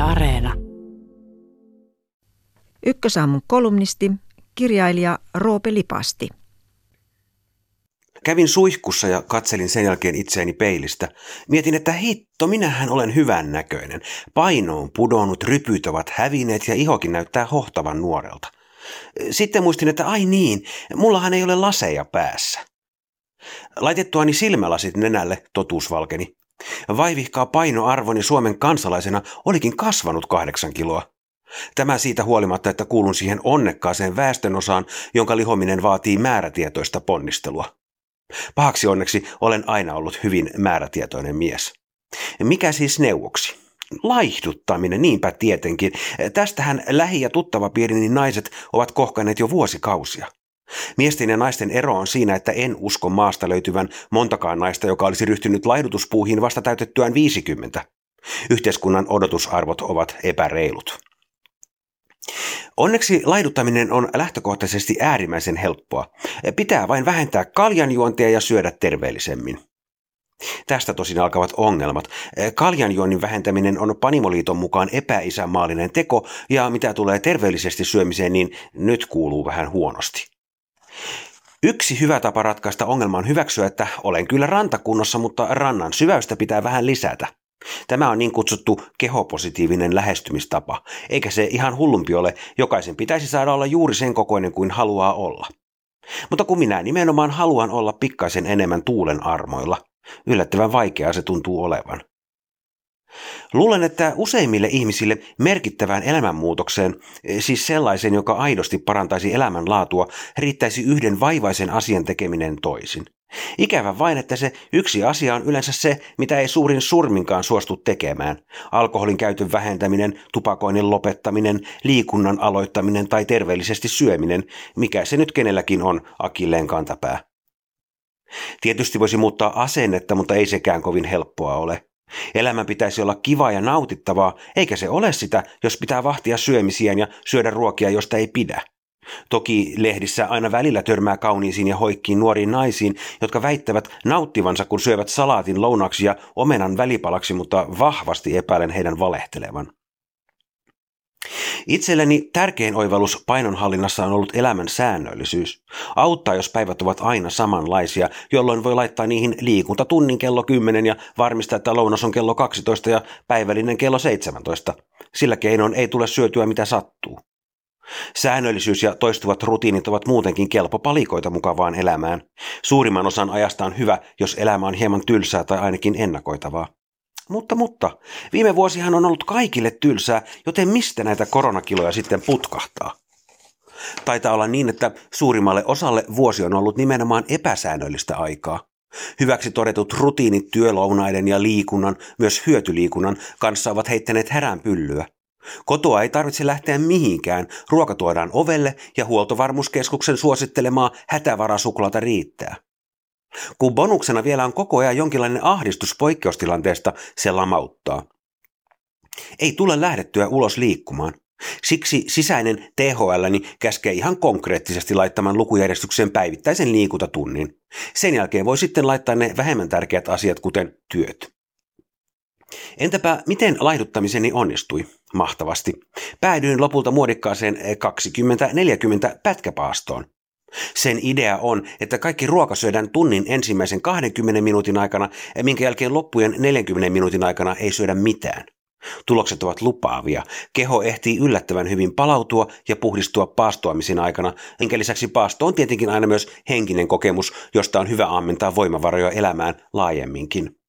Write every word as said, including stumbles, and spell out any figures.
Areena. Ykkösaamun kolumnisti, kirjailija Roope Lipasti. Kävin suihkussa ja katselin sen jälkeen itseäni peilistä. Mietin, että hitto, minähän olen hyvän näköinen. Paino on pudonnut, rypyt ovat hävinneet ja ihokin näyttää hohtavan nuorelta. Sitten muistin, että ai niin, mullahan ei ole laseja päässä. Laitettuani silmälasit nenälle totuus valkeni. Vaivihkaa painoarvoni Suomen kansalaisena olikin kasvanut kahdeksan kiloa. Tämä siitä huolimatta, että kuulun siihen onnekkaaseen väestönosaan, jonka lihominen vaatii määrätietoista ponnistelua. Pahaksi onneksi olen aina ollut hyvin määrätietoinen mies. Mikä siis neuvoksi? Laihduttaminen, niinpä tietenkin. Tästähän lähi- ja tuttavapiirini naiset ovat kohkanneet jo vuosikausia. Miesten ja naisten ero on siinä, että en usko maasta löytyvän montakaan naista, joka olisi ryhtynyt laihdutuspuuhiin vasta täytettyään viisikymmentä. Yhteiskunnan odotusarvot ovat epäreilut. Onneksi laiduttaminen on lähtökohtaisesti äärimmäisen helppoa. Pitää vain vähentää kaljanjuontia ja syödä terveellisemmin. Tästä tosin alkavat ongelmat. Kaljanjuonnin vähentäminen on Panimoliiton mukaan epäisänmaallinen teko, ja mitä tulee terveellisesti syömiseen, niin nyt kuuluu vähän huonosti. Yksi hyvä tapa ratkaista ongelma on hyväksyä, että olen kyllä rantakunnossa, mutta rannan syväystä pitää vähän lisätä. Tämä on niin kutsuttu kehopositiivinen lähestymistapa, eikä se ihan hullumpi ole, jokaisen pitäisi saada olla juuri sen kokoinen kuin haluaa olla. Mutta kun minä nimenomaan haluan olla pikkaisen enemmän tuulen armoilla, yllättävän vaikeaa se tuntuu olevan. Luulen, että useimmille ihmisille merkittävään elämänmuutokseen, siis sellaisen, joka aidosti parantaisi elämänlaatua, riittäisi yhden vaivaisen asian tekeminen toisin. Ikävä vain, että se yksi asia on yleensä se, mitä ei suurin surminkaan suostu tekemään. Alkoholin käytön vähentäminen, tupakoinnin lopettaminen, liikunnan aloittaminen tai terveellisesti syöminen, mikä se nyt kenelläkin on akilleen kantapää. Tietysti voisi muuttaa asennetta, mutta ei sekään kovin helppoa ole. Elämän pitäisi olla kivaa ja nautittavaa, eikä se ole sitä, jos pitää vahtia syömisiään ja syödä ruokia, josta ei pidä. Toki lehdissä aina välillä törmää kauniisiin ja hoikkiin nuoriin naisiin, jotka väittävät nauttivansa, kun syövät salaatin lounaksi ja omenan välipalaksi, mutta vahvasti epäilen heidän valehtelevan. Itselleni tärkein oivallus painonhallinnassa on ollut elämän säännöllisyys. Auttaa, jos päivät ovat aina samanlaisia, jolloin voi laittaa niihin liikuntatunnin kello kymmenen ja varmistaa, että lounas on kello kaksitoista ja päivällinen kello seitsemäntoista. Sillä keinoin ei tule syötyä mitä sattuu. Säännöllisyys ja toistuvat rutiinit ovat muutenkin kelpo palikoita mukavaan elämään. Suurimman osan ajasta on hyvä, jos elämä on hieman tylsää tai ainakin ennakoitavaa. Mutta, mutta, viime vuosihan on ollut kaikille tylsää, joten mistä näitä koronakiloja sitten putkahtaa? Taitaa olla niin, että suurimmalle osalle vuosi on ollut nimenomaan epäsäännöllistä aikaa. Hyväksi todetut rutiinit työlounaiden ja liikunnan, myös hyötyliikunnan, kanssa ovat heittäneet häränpyllyä. Kotoa ei tarvitse lähteä mihinkään, ruoka tuodaan ovelle ja huoltovarmuuskeskuksen suosittelemaa hätävarasuklaata riittää. Kun bonuksena vielä on koko ajan jonkinlainen ahdistus poikkeustilanteesta, se lamauttaa. Ei tule lähdettyä ulos liikkumaan. Siksi sisäinen T H L:ni käskee ihan konkreettisesti laittamaan lukujärjestykseen päivittäisen liikuntatunnin. Sen jälkeen voi sitten laittaa ne vähemmän tärkeät asiat, kuten työt. Entäpä miten laihduttamiseni onnistui? Mahtavasti. Päädyin lopulta muodikkaaseen kaksikymmentä neljäkymmentä pätkäpaastoon. Sen idea on, että kaikki ruoka syödään tunnin ensimmäisen kahdenkymmenen minuutin aikana, minkä jälkeen loppujen neljänkymmenen minuutin aikana ei syödä mitään. Tulokset ovat lupaavia. Keho ehtii yllättävän hyvin palautua ja puhdistua paastoamisen aikana, minkä lisäksi paasto on tietenkin aina myös henkinen kokemus, josta on hyvä ammentaa voimavaroja elämään laajemminkin.